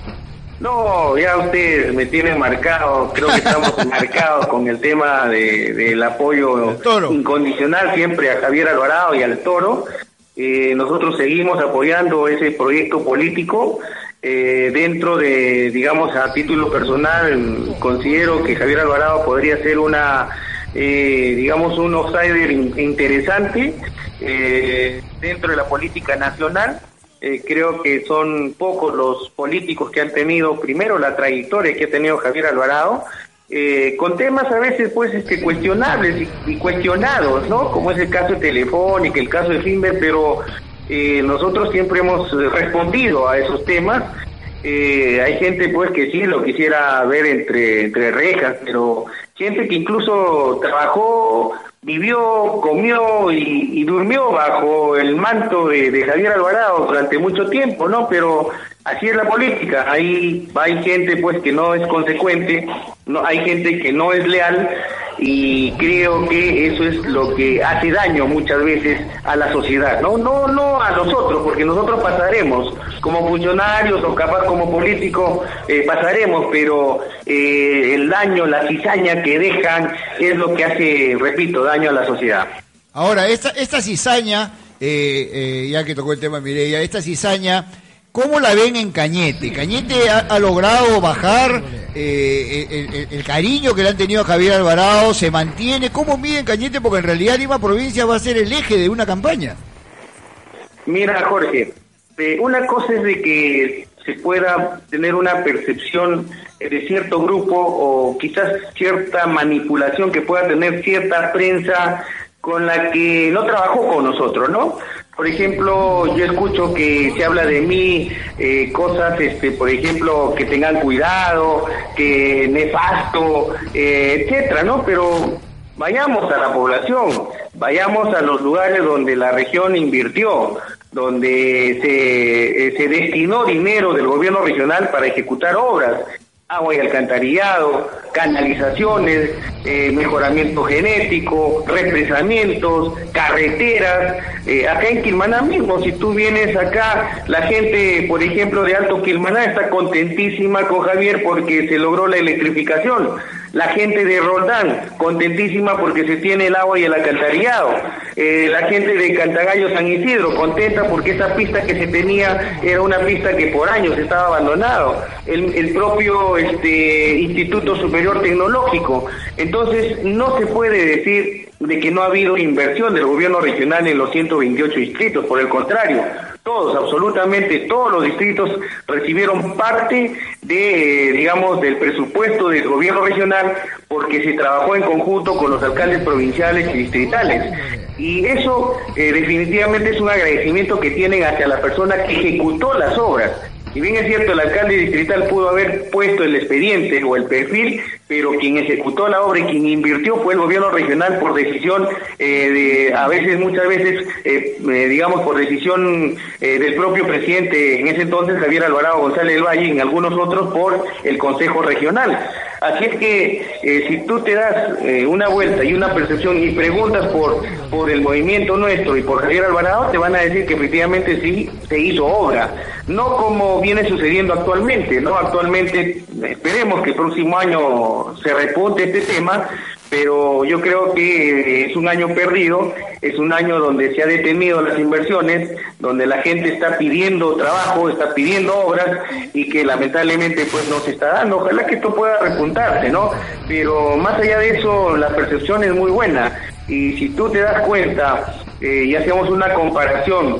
No, ya ustedes me tienen marcado, creo que estamos marcados con el tema de, del apoyo incondicional siempre a Javier Alvarado y al Toro. Eh, nosotros seguimos apoyando ese proyecto político. Eh, dentro de, digamos, a título personal, considero que Javier Alvarado podría ser una, eh, digamos, un outsider in, interesante eh, dentro de la política nacional. Eh, creo que son pocos los políticos que han tenido, primero, la trayectoria que ha tenido Javier Alvarado, eh, con temas a veces pues este cuestionables y, y cuestionados, ¿no? Como es el caso de Telefónica, el caso de Finver, pero eh, nosotros siempre hemos respondido a esos temas. Eh, hay gente pues que sí lo quisiera ver entre, entre rejas, pero gente que incluso trabajó, vivió, comió y, y durmió bajo el manto de, de Javier Alvarado durante mucho tiempo, ¿no? Pero así es la política, hay, hay gente pues que no es consecuente, no hay gente que no es leal, y creo que eso es lo que hace daño muchas veces a la sociedad, no no no a nosotros, porque nosotros pasaremos como funcionarios o capaz como políticos, eh, pasaremos, pero eh, el daño, la cizaña que dejan es lo que hace, repito, daño a la sociedad. Ahora, esta esta cizaña, eh, eh, ya que tocó el tema Mireya, esta cizaña, ¿cómo la ven en Cañete? Cañete ha, ha logrado bajar eh, el, el, el cariño que le han tenido a Javier Alvarado, se mantiene. ¿Cómo miden Cañete? Porque en realidad Lima Provincia va a ser el eje de una campaña. Mira, Jorge, eh, una cosa es de que se pueda tener una percepción de cierto grupo o quizás cierta manipulación que pueda tener cierta prensa con la que no trabajó con nosotros, ¿no? Por ejemplo, yo escucho que se habla de mí, eh, cosas, este, por ejemplo, que tengan cuidado, que nefasto, eh, etcétera, ¿no? Pero vayamos a la población, vayamos a los lugares donde la región invirtió, donde se, eh, se destinó dinero del gobierno regional para ejecutar obras. Agua y alcantarillado, canalizaciones, eh, mejoramiento genético, represamientos, carreteras. Eh, acá en Quilmaná mismo, si tú vienes acá, la gente, por ejemplo, de Alto Quilmaná está contentísima con Javier porque se logró la electrificación. La gente de Roldán, contentísima porque se tiene el agua y el alcantarillado. Eh, la gente de Cantagallo San Isidro, contenta porque esa pista que se tenía era una pista que por años estaba abandonado. El, el propio este Instituto Superior Tecnológico. Entonces, no se puede decir de que no ha habido inversión del gobierno regional en los ciento veintiocho distritos, por el contrario, todos, absolutamente todos los distritos recibieron parte de, digamos, del presupuesto del gobierno regional porque se trabajó en conjunto con los alcaldes provinciales y distritales. Y eso eh, definitivamente es un agradecimiento que tienen hacia la persona que ejecutó las obras. Y bien es cierto, el alcalde distrital pudo haber puesto el expediente o el perfil, pero quien ejecutó la obra y quien invirtió fue el gobierno regional por decisión, eh, de a veces, muchas veces, eh, eh, digamos, por decisión eh, del propio presidente, en ese entonces Javier Alvarado González del Valle, y en algunos otros por el Consejo Regional. Así es que eh, si tú te das eh, una vuelta y una percepción y preguntas por por el movimiento nuestro y por Javier Alvarado, te van a decir que efectivamente sí se hizo obra, no como viene sucediendo actualmente, ¿no? Actualmente esperemos que el próximo año se repunte este tema, pero yo creo que es un año perdido, es un año donde se ha detenido las inversiones, donde la gente está pidiendo trabajo, está pidiendo obras y que lamentablemente pues no se está dando. Ojalá que esto pueda repuntarse, ¿no? Pero más allá de eso, la percepción es muy buena y si tú te das cuenta eh, y hacemos una comparación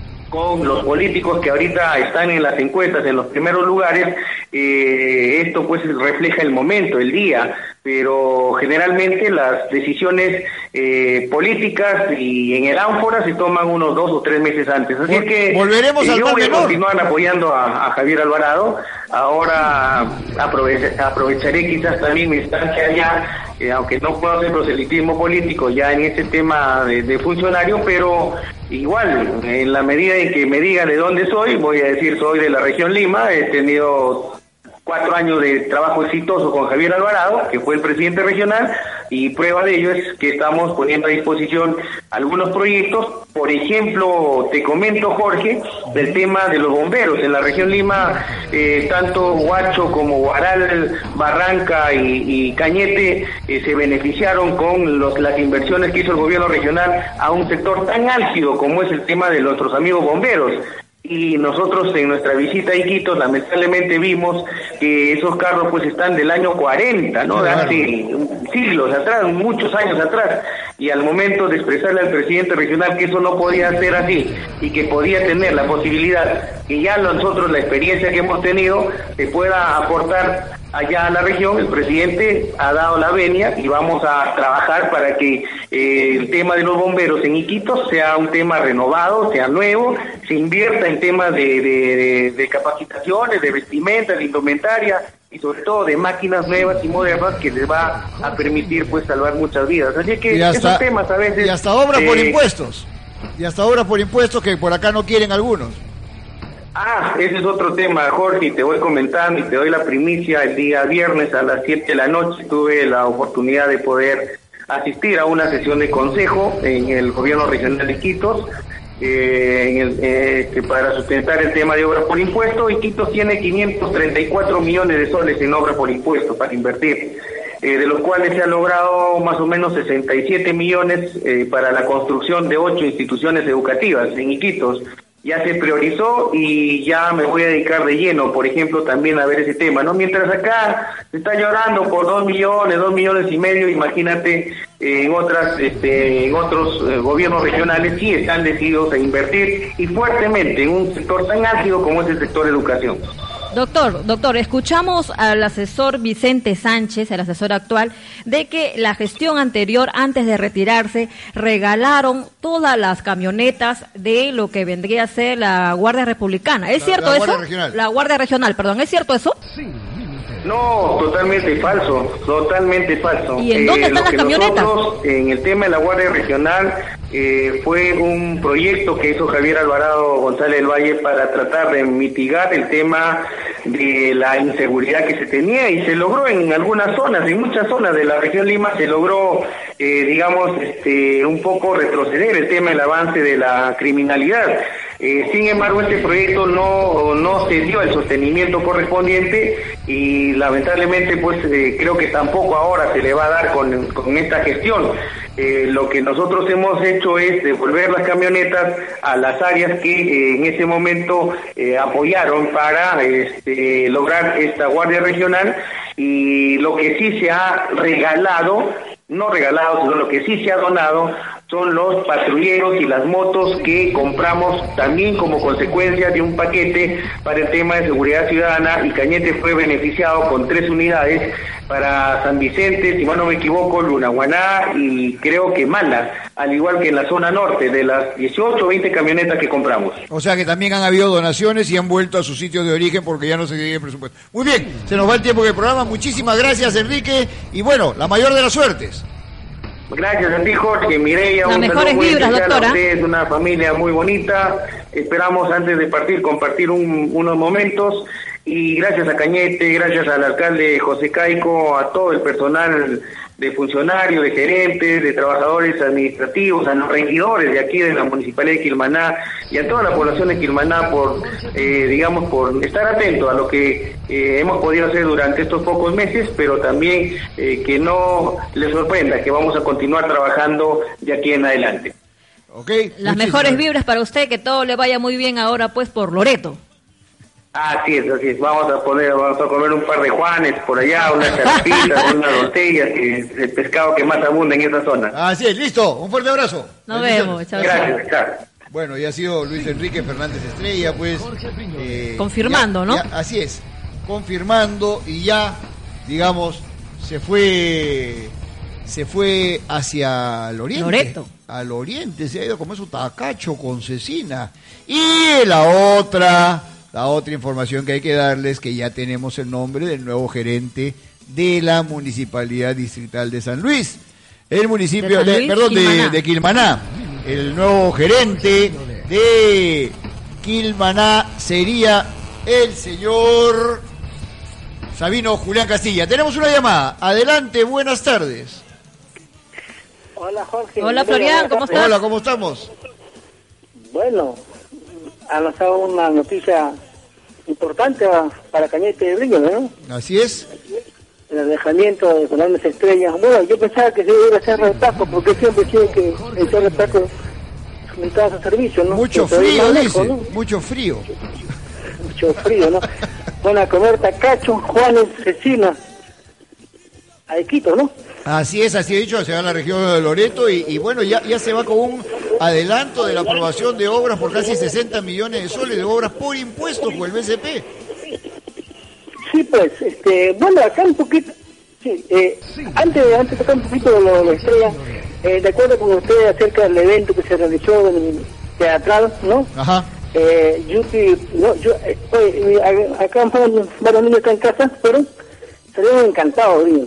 con los políticos que ahorita están en las encuestas en los primeros lugares, eh, esto pues refleja el momento, el día, pero generalmente las decisiones eh, políticas y en el ánfora se toman unos dos o tres meses antes. Así Vol- que volveremos eh, al yo mal voy a menor. continuar apoyando a, a Javier Alvarado. Ahora aprove- aprovecharé quizás también mi estancia allá, eh, aunque no puedo hacer proselitismo político ya en este tema de, de funcionario, pero igual, en la medida en que me digan de dónde soy, voy a decir soy de la región Lima, he tenido cuatro años de trabajo exitoso con Javier Alvarado, que fue el presidente regional, y prueba de ello es que estamos poniendo a disposición algunos proyectos. Por ejemplo, te comento, Jorge, del tema de los bomberos. En la región Lima, eh, tanto Huacho como Huaral, Barranca y, y Cañete eh, se beneficiaron con los, las inversiones que hizo el gobierno regional a un sector tan álgido como es el tema de nuestros amigos bomberos. Y nosotros en nuestra visita a Iquitos lamentablemente vimos que esos carros pues están del año cuarenta, ¿no? De hace siglos atrás, muchos años atrás, y al momento de expresarle al presidente regional que eso no podía ser así y que podía tener la posibilidad que ya nosotros la experiencia que hemos tenido se pueda aportar allá a la región, el presidente ha dado la venia y vamos a trabajar para que eh, el tema de los bomberos en Iquitos sea un tema renovado, sea nuevo, se invierta en temas de, de, de, de capacitaciones, de vestimenta, de indumentaria y sobre todo de máquinas nuevas y modernas que les va a permitir pues salvar muchas vidas. Así que hasta, esos temas a veces... Y hasta obras eh, por impuestos, y hasta obras por impuestos que por acá no quieren algunos. Ah, ese es otro tema, Jorge, y te voy comentando y te doy la primicia. El día viernes a las siete de la noche tuve la oportunidad de poder asistir a una sesión de consejo en el gobierno regional de Iquitos, eh, en el, eh, que para sustentar el tema de obras por impuesto. Iquitos tiene quinientos treinta y cuatro millones de soles en obras por impuesto para invertir, eh, de los cuales se ha logrado más o menos sesenta y siete millones eh, para la construcción de ocho instituciones educativas en Iquitos. Ya se priorizó y ya me voy a dedicar de lleno, por ejemplo, también a ver ese tema, ¿no? Mientras acá se está llorando por dos millones, dos millones y medio, imagínate eh, en otras, este, en otros eh, gobiernos regionales sí están decididos a invertir y fuertemente en un sector tan álgido como es el sector educación. Doctor, doctor, escuchamos al asesor Vicente Sánchez, el asesor actual, de que la gestión anterior, antes de retirarse, regalaron todas las camionetas de lo que vendría a ser la Guardia Republicana. ¿Es la, cierto la eso? Guardia Regional. La Guardia Regional, perdón, ¿es cierto eso? Sí. No, totalmente falso, totalmente falso. ¿Y en dónde eh, están las camionetas? Nosotros, en el tema de la Guardia Regional, eh, fue un proyecto que hizo Javier Alvarado González del Valle para tratar de mitigar el tema de la inseguridad que se tenía y se logró en algunas zonas, en muchas zonas de la región Lima se logró, eh, digamos, este, un poco retroceder el tema del avance de la criminalidad. Eh, sin embargo, este proyecto no no se dio el sostenimiento correspondiente y lamentablemente pues eh, creo que tampoco ahora se le va a dar con, con esta gestión. Eh, lo que nosotros hemos hecho es devolver las camionetas a las áreas que eh, en ese momento eh, apoyaron para este, lograr esta Guardia Regional, y lo que sí se ha regalado, no regalado, sino lo que sí se ha donado son los patrulleros y las motos que compramos también como consecuencia de un paquete para el tema de seguridad ciudadana, y Cañete fue beneficiado con tres unidades para San Vicente, si mal no me equivoco, Lunahuaná y creo que Mala, al igual que en la zona norte, de las dieciocho o veinte camionetas que compramos. O sea que también han habido donaciones y han vuelto a su sitio de origen porque ya no se tiene presupuesto. Muy bien, se nos va el tiempo del programa. Muchísimas gracias, Enrique, y bueno, la mayor de las suertes. Gracias a ti, Jorge, Mireya, un saludo muy especial a ustedes, una familia muy bonita. Esperamos antes de partir compartir un, unos momentos, y gracias a Cañete, gracias al alcalde José Caico, a todo el personal de funcionarios, de gerentes, de trabajadores administrativos, a los regidores de aquí de la Municipalidad de Quilmaná y a toda la población de Quilmaná por, eh, digamos, por estar atento a lo que eh, hemos podido hacer durante estos pocos meses, pero también eh, que no les sorprenda que vamos a continuar trabajando de aquí en adelante. Okay, las mejores vibras para usted, que todo le vaya muy bien ahora pues por Loreto. Así es, así es. Vamos a poner, vamos a comer un par de Juanes por allá, unas carpitas, unas tortillas, que es el pescado que más abunda en esa zona. Así es, listo. Un fuerte abrazo. Nos vemos. Chao, gracias, chao. Bueno, ya ha sido Luis Enrique Fernández Estrella, pues. Eh, confirmando, ya, ¿no? Ya, así es, confirmando, y ya, digamos, se fue, se fue hacia el oriente. Loreto. Al oriente, se ha ido a comer su tacacho con cecina. Y la otra. La otra información que hay que darles, que ya tenemos el nombre del nuevo gerente de la Municipalidad Distrital de San Luis. El municipio, de, de, perdón, Quilmaná. De, de Quilmaná. El nuevo gerente de Quilmaná sería el señor Sabino Julián Castilla. Tenemos una llamada. Adelante, buenas tardes. Hola, Jorge. Hola, Florian, ¿cómo estás? Hola, ¿cómo estamos? Bueno, ha lanzado una noticia importante para Cañete de Brillo, ¿no? Así es. El alejamiento de Fernández Estrella. Bueno, yo pensaba que se iba a hacer retaco, porque siempre tiene que hacer retaco a su servicio, ¿no? Mucho que frío, lejos, dice. ¿no? Mucho frío. Mucho frío, ¿no? Van a comer tacacho, Juanes, Cecina, a Quito, ¿no? Así es, así he dicho, se va a la región de Loreto y, y bueno, ya, ya se va con un adelanto de la aprobación de obras por casi sesenta millones de soles de obras por impuestos por el B C P. Sí, pues, este, bueno, acá un poquito, sí, eh, antes, antes de tocar un poquito de lo de la Estrella, eh, de acuerdo con usted acerca del evento que se realizó en el teatral, ¿no? Ajá. Eh, Yupi, no, yo, eh, oye, acá fueron varios niños acá en casa, pero salieron encantados, niños.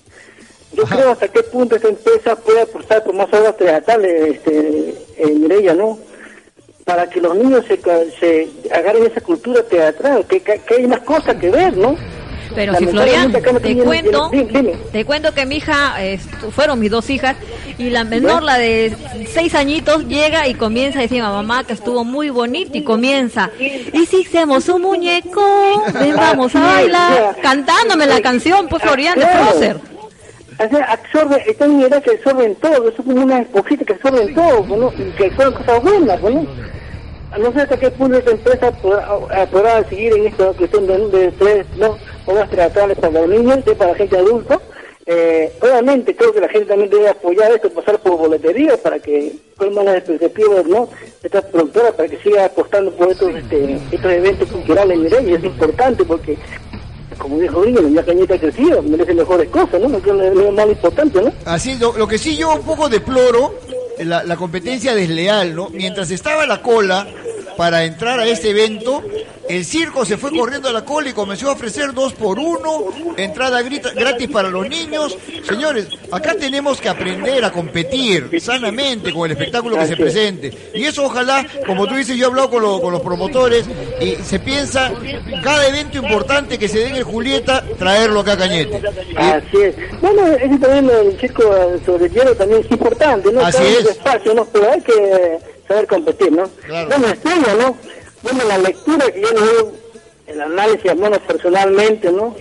Yo Ajá. creo hasta qué punto esta empresa puede apostar por más obras teatrales, este, en Mireya, ¿no? Para que los niños se, se agarren esa cultura teatral, que, que, que hay más cosas que ver, ¿no? Pero si Florian, no te cuento, dime, dime. te cuento que mi hija, eh, fueron mis dos hijas, y la menor, la de seis añitos, llega y comienza a decir a mamá que estuvo muy bonito y comienza, y si hacemos un muñeco, ven, vamos a bailar, cantándome la canción, pues Florian, de Frozer. O sea, absorbe, esta niñera que absorben todo, es como una esponjita que absorben todo, ¿no? Y que absorben cosas buenas, ¿no? No sé hasta qué punto esta empresa podrá, podrá seguir en esta cuestión de, de tres, ¿no? Obras teatrales para los niños y para la gente adulta. Eh, obviamente creo que la gente también debe apoyar esto, pasar por boletería para que colmen las expectativas, ¿no? De esta productora para que siga apostando por estos, este, estos eventos culturales en Mireya. Es importante porque, como dijo Gringo, la Cañete ha crecido, merece mejores cosas, ¿no? No creo que es lo más importante, ¿no? Así, lo, lo que sí yo un poco deploro, la, la competencia desleal, ¿no? Mientras estaba la cola para entrar a este evento, el circo se fue corriendo a la cola y comenzó a ofrecer dos por uno, entrada grita, gratis para los niños. Señores, acá tenemos que aprender a competir sanamente con el espectáculo que se presente. Y eso ojalá, como tú dices, yo he hablado con, lo, con los promotores y se piensa, cada evento importante que se dé en el Julieta, traerlo acá a Cañete. Así es. Bueno, ese también el circo sobre el hielo también es importante, ¿no? Así es. Espacio, ¿no? Pero hay que saber competir, ¿no? Claro. Bueno, Estrella, ¿no? Bueno, la lectura que yo no veo, el análisis, bueno, personalmente, ¿no?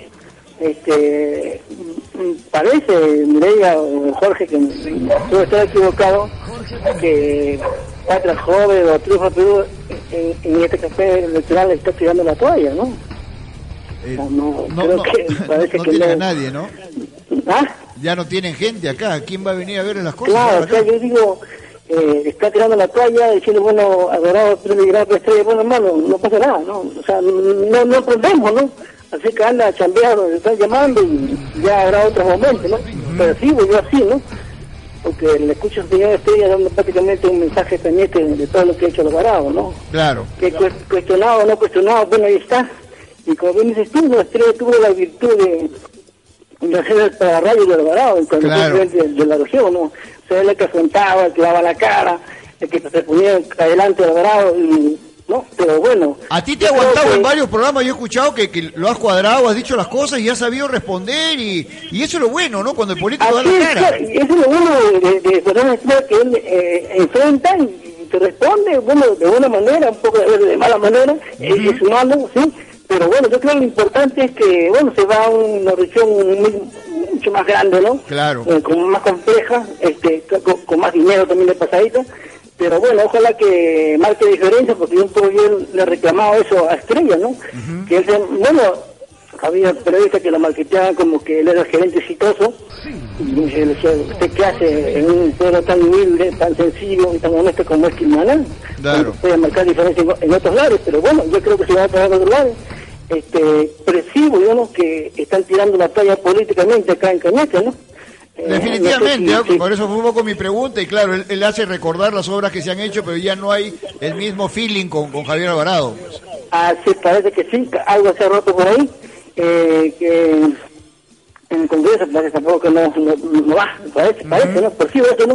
Este, parece, Mireya o Jorge, que puedo estar equivocado, que Patria Joven o Triunfo Perú en, en este café electoral está tirando la toalla, ¿no? Eh, o sea, no, no, creo no, que parece no que tiene no. a nadie, ¿no? ¿Ah? Ya no tienen gente acá. ¿Quién va a venir a ver las cosas? Claro, o sea, yo digo, eh, está tirando la toalla diciendo, bueno, adorado, pero estrella, bueno, hermano, no pasa nada, ¿no? O sea, no, no aprendemos, ¿no? Así que anda a chambear, nos están llamando y ya habrá otros momentos, ¿no? Uh-huh. Pero sí, pues yo así, ¿no? Porque le escucho al señor Estrella dando prácticamente un mensaje pendiente de todo lo que ha hecho Alvarado, ¿no? Claro. Que cu cuestionado o no cuestionado, bueno, ahí está. Y como bien dices tú, la Estrella tuvo la virtud de, de hacer el pararrayo de Alvarado, cuando claro. fue de, de la región, ¿no? O sea, él el que afrontaba, el que daba la cara, el que se ponía adelante de Alvarado y... ¿no? Pero bueno... A ti te ha aguantado que... en varios programas, yo he escuchado que, que lo has cuadrado, has dicho las cosas y has sabido responder y, y eso es lo bueno, ¿no? Cuando el político da la cara. Es, eso es lo bueno de, de, de, de que él eh, enfrenta y te responde, bueno, de buena manera, un poco de, de mala manera, uh-huh. eh, es humano, sí, pero bueno, yo creo que lo importante es que, bueno, se va a una región muy, mucho más grande, ¿no? Claro. Eh, como más compleja, este, con, con más dinero también de pasadita. Pero bueno, ojalá que marque diferencia, porque yo un poco yo le he reclamado eso a Estrella, ¿no? Uh-huh. Que él, bueno, había periodistas que lo marketeaban como que él era el gerente exitoso, y yo le decía, ¿usted qué hace en un pueblo tan humilde, tan sencillo y tan honesto como es Quilmaná? Claro. Puede marcar diferencia en, en otros lados, pero bueno, yo creo que se va a pagar en otros lados. Este, percibo, digamos, que están tirando la talla políticamente acá en Cañete, ¿no? Definitivamente, no sé si, por eso fue un poco mi pregunta y claro, él, él hace recordar las obras que se han hecho, pero ya no hay el mismo feeling con, con Javier Alvarado. Pues. Ah, sí, parece que sí, algo se ha roto por ahí, eh, que en el Congreso parece tampoco que no, no, no va, parece, uh-huh. parece, ¿no? Percibo eso, ¿no?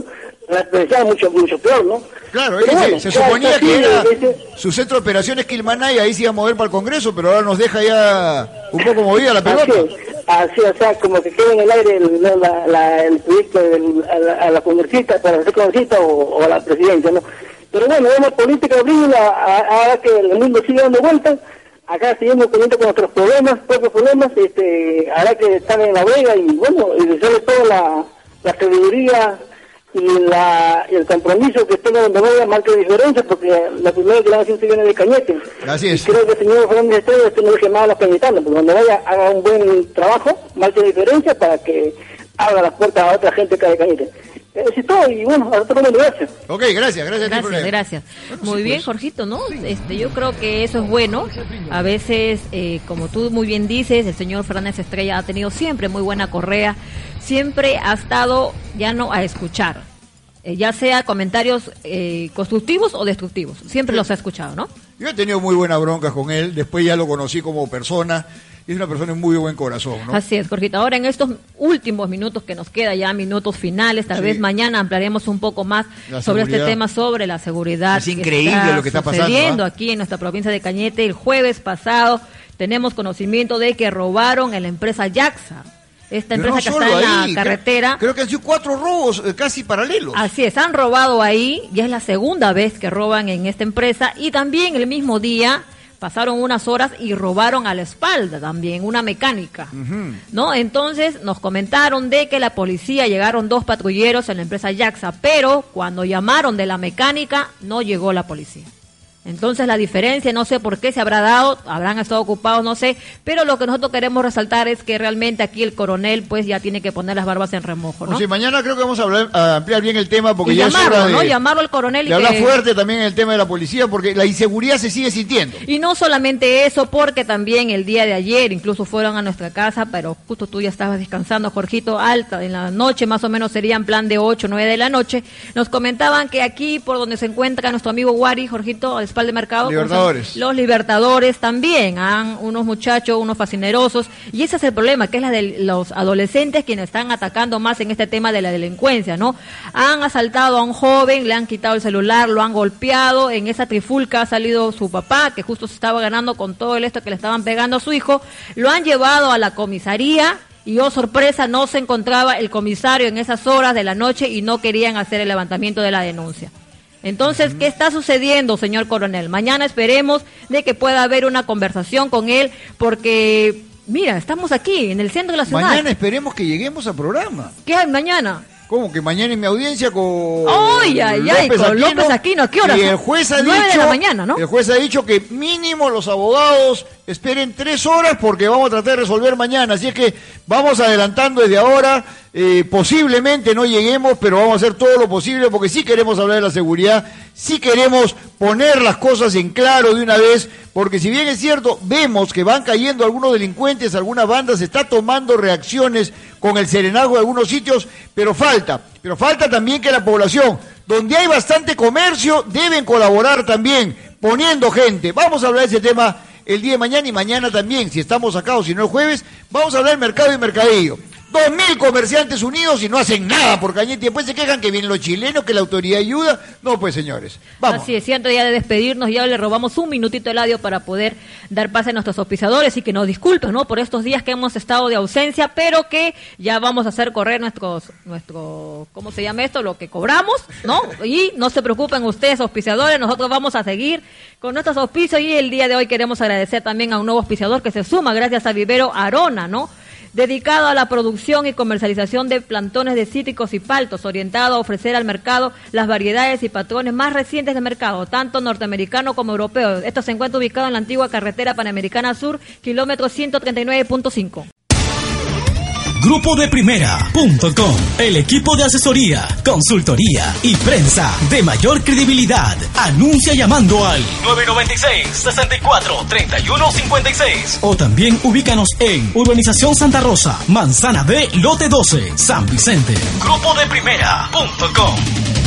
la experiencia mucho, mucho peor, ¿no? Claro, ese, bueno, se suponía que era ese, su centro de operaciones Quilmaná y ahí se iba a mover para el Congreso, pero ahora nos deja ya un poco movida la pelota. Así, así o sea, como que queda en el aire el, la, la, el proyecto del, a, la, a la congresista, para ser congresista o, o a la presidencia, ¿no? Pero bueno, vemos política brígida, ahora que el mundo sigue dando vueltas, acá seguimos teniendo con nuestros problemas, propios problemas, este, ahora que están en la vega y bueno, y sobre todo la, la sabiduría y la y el compromiso que tenga donde vaya marca de diferencia, porque la primera declaración se viene de Cañete. Así es. Y creo que el señor Fernández Estrella este no deje más a los cañetanos, porque donde vaya haga un buen trabajo, marca de diferencia para que abra las puertas a otra gente que de Cañete. Eso es todo, y bueno, a otro momento, gracias. Ok, gracias, gracias. Gracias, gracias. Bueno, muy sí, bien, pues. Jorgito, ¿no? Este, yo creo que eso es bueno. A veces, eh, como tú muy bien dices, el señor Fernández Estrella ha tenido siempre muy buena correa, siempre ha estado ya no a escuchar, eh, ya sea comentarios eh, constructivos o destructivos, siempre sí. los ha escuchado, ¿no? Yo he tenido muy buenas broncas con él, después ya lo conocí como persona. Es una persona de muy buen corazón, ¿no? Así es, Jorgito. Ahora en estos últimos minutos que nos queda ya, minutos finales, tal sí. vez mañana ampliaremos un poco más la sobre seguridad. Este tema, sobre la seguridad. Es increíble lo que está pasando. Sucediendo ¿eh? aquí en nuestra provincia de Cañete. El jueves pasado tenemos conocimiento de que robaron en la empresa Yaxa. Esta empresa no que está en ahí, la carretera. Creo, creo que han sido cuatro robos eh, casi paralelos. Así es, han robado ahí, ya es la segunda vez que roban en esta empresa, y también el mismo día pasaron unas horas y robaron a la espalda también, una mecánica, uh-huh. ¿no? Entonces nos comentaron de que la policía, llegaron dos patrulleros en la empresa Yaxa, pero cuando llamaron de la mecánica no llegó la policía. Entonces la diferencia, no sé por qué se habrá dado, habrán estado ocupados, no sé, pero lo que nosotros queremos resaltar es que realmente aquí el coronel pues ya tiene que poner las barbas en remojo, ¿no? O sea, mañana creo que vamos a, hablar, a ampliar bien el tema porque y ya llamarlo, es hora de, ¿no? Llamarlo al coronel y de hablar que... fuerte también en el tema de la policía porque la inseguridad se sigue sintiendo. Y no solamente eso, porque también el día de ayer incluso fueron a nuestra casa, pero justo tú ya estabas descansando, Jorgito, alta, en la noche más o menos serían plan de ocho, nueve de la noche, nos comentaban que aquí por donde se encuentra nuestro amigo Wari, Jorgito, al espalda de mercado, Libertadores. Los Libertadores también, han unos muchachos, unos fascinerosos, y ese es el problema, que es la de los adolescentes quienes están atacando más en este tema de la delincuencia, ¿no? Han asaltado a un joven, le han quitado el celular, lo han golpeado, en esa trifulca ha salido su papá, que justo se estaba ganando con todo el esto que le estaban pegando a su hijo, lo han llevado a la comisaría, y oh sorpresa, no se encontraba el comisario en esas horas de la noche y no querían hacer el levantamiento de la denuncia. Entonces, ¿qué está sucediendo, señor coronel? Mañana esperemos de que pueda haber una conversación con él, porque, mira, estamos aquí, en el centro de la ciudad. Mañana esperemos que lleguemos al programa. ¿Qué hay mañana? ¿Cómo? Que mañana en mi audiencia con ¡Ay, ay, ay! López Con Aquino, López Aquino, ¿a qué hora? Y el juez ha nueve dicho, de la mañana, ¿no? El juez ha dicho que mínimo los abogados esperen tres horas porque vamos a tratar de resolver mañana. Así es que vamos adelantando desde ahora. Eh, posiblemente no lleguemos, pero vamos a hacer todo lo posible porque sí queremos hablar de la seguridad, sí queremos poner las cosas en claro de una vez, porque si bien es cierto, vemos que van cayendo algunos delincuentes, algunas bandas, se está tomando reacciones con el serenazgo de algunos sitios, pero falta, pero falta también que la población, donde hay bastante comercio, deben colaborar también, poniendo gente. Vamos a hablar de ese tema el día de mañana y mañana también, si estamos acá o si no el jueves, vamos a hablar del mercado y mercadillo. Dos mil comerciantes unidos y no hacen nada por Cañete. Después se quejan que vienen los chilenos, que la autoridad ayuda. No, pues señores, vamos. Así es, y antes ya de despedirnos, ya le robamos un minutito el audio para poder dar pase a nuestros auspiciadores y que nos disculpen, ¿no? Por estos días que hemos estado de ausencia, pero que ya vamos a hacer correr nuestros, nuestro, ¿cómo se llama esto? Lo que cobramos, ¿no? Y no se preocupen ustedes, auspiciadores, nosotros vamos a seguir con nuestros auspicios y el día de hoy queremos agradecer también a un nuevo auspiciador que se suma gracias a Vivero Arona, ¿no? Dedicado a la producción y comercialización de plantones de cítricos y paltos, orientado a ofrecer al mercado las variedades y patrones más recientes de mercado, tanto norteamericano como europeo. Esto se encuentra ubicado en la antigua carretera Panamericana Sur, kilómetro ciento treinta y nueve punto cinco. Grupo de Primera punto com, el equipo de asesoría, consultoría y prensa de mayor credibilidad. Anuncia llamando al nueve nueve seis, sesenta y cuatro, treinta y uno cincuenta y seis. O también ubícanos en Urbanización Santa Rosa, Manzana B, Lote doce, San Vicente. Grupo de Primera punto com.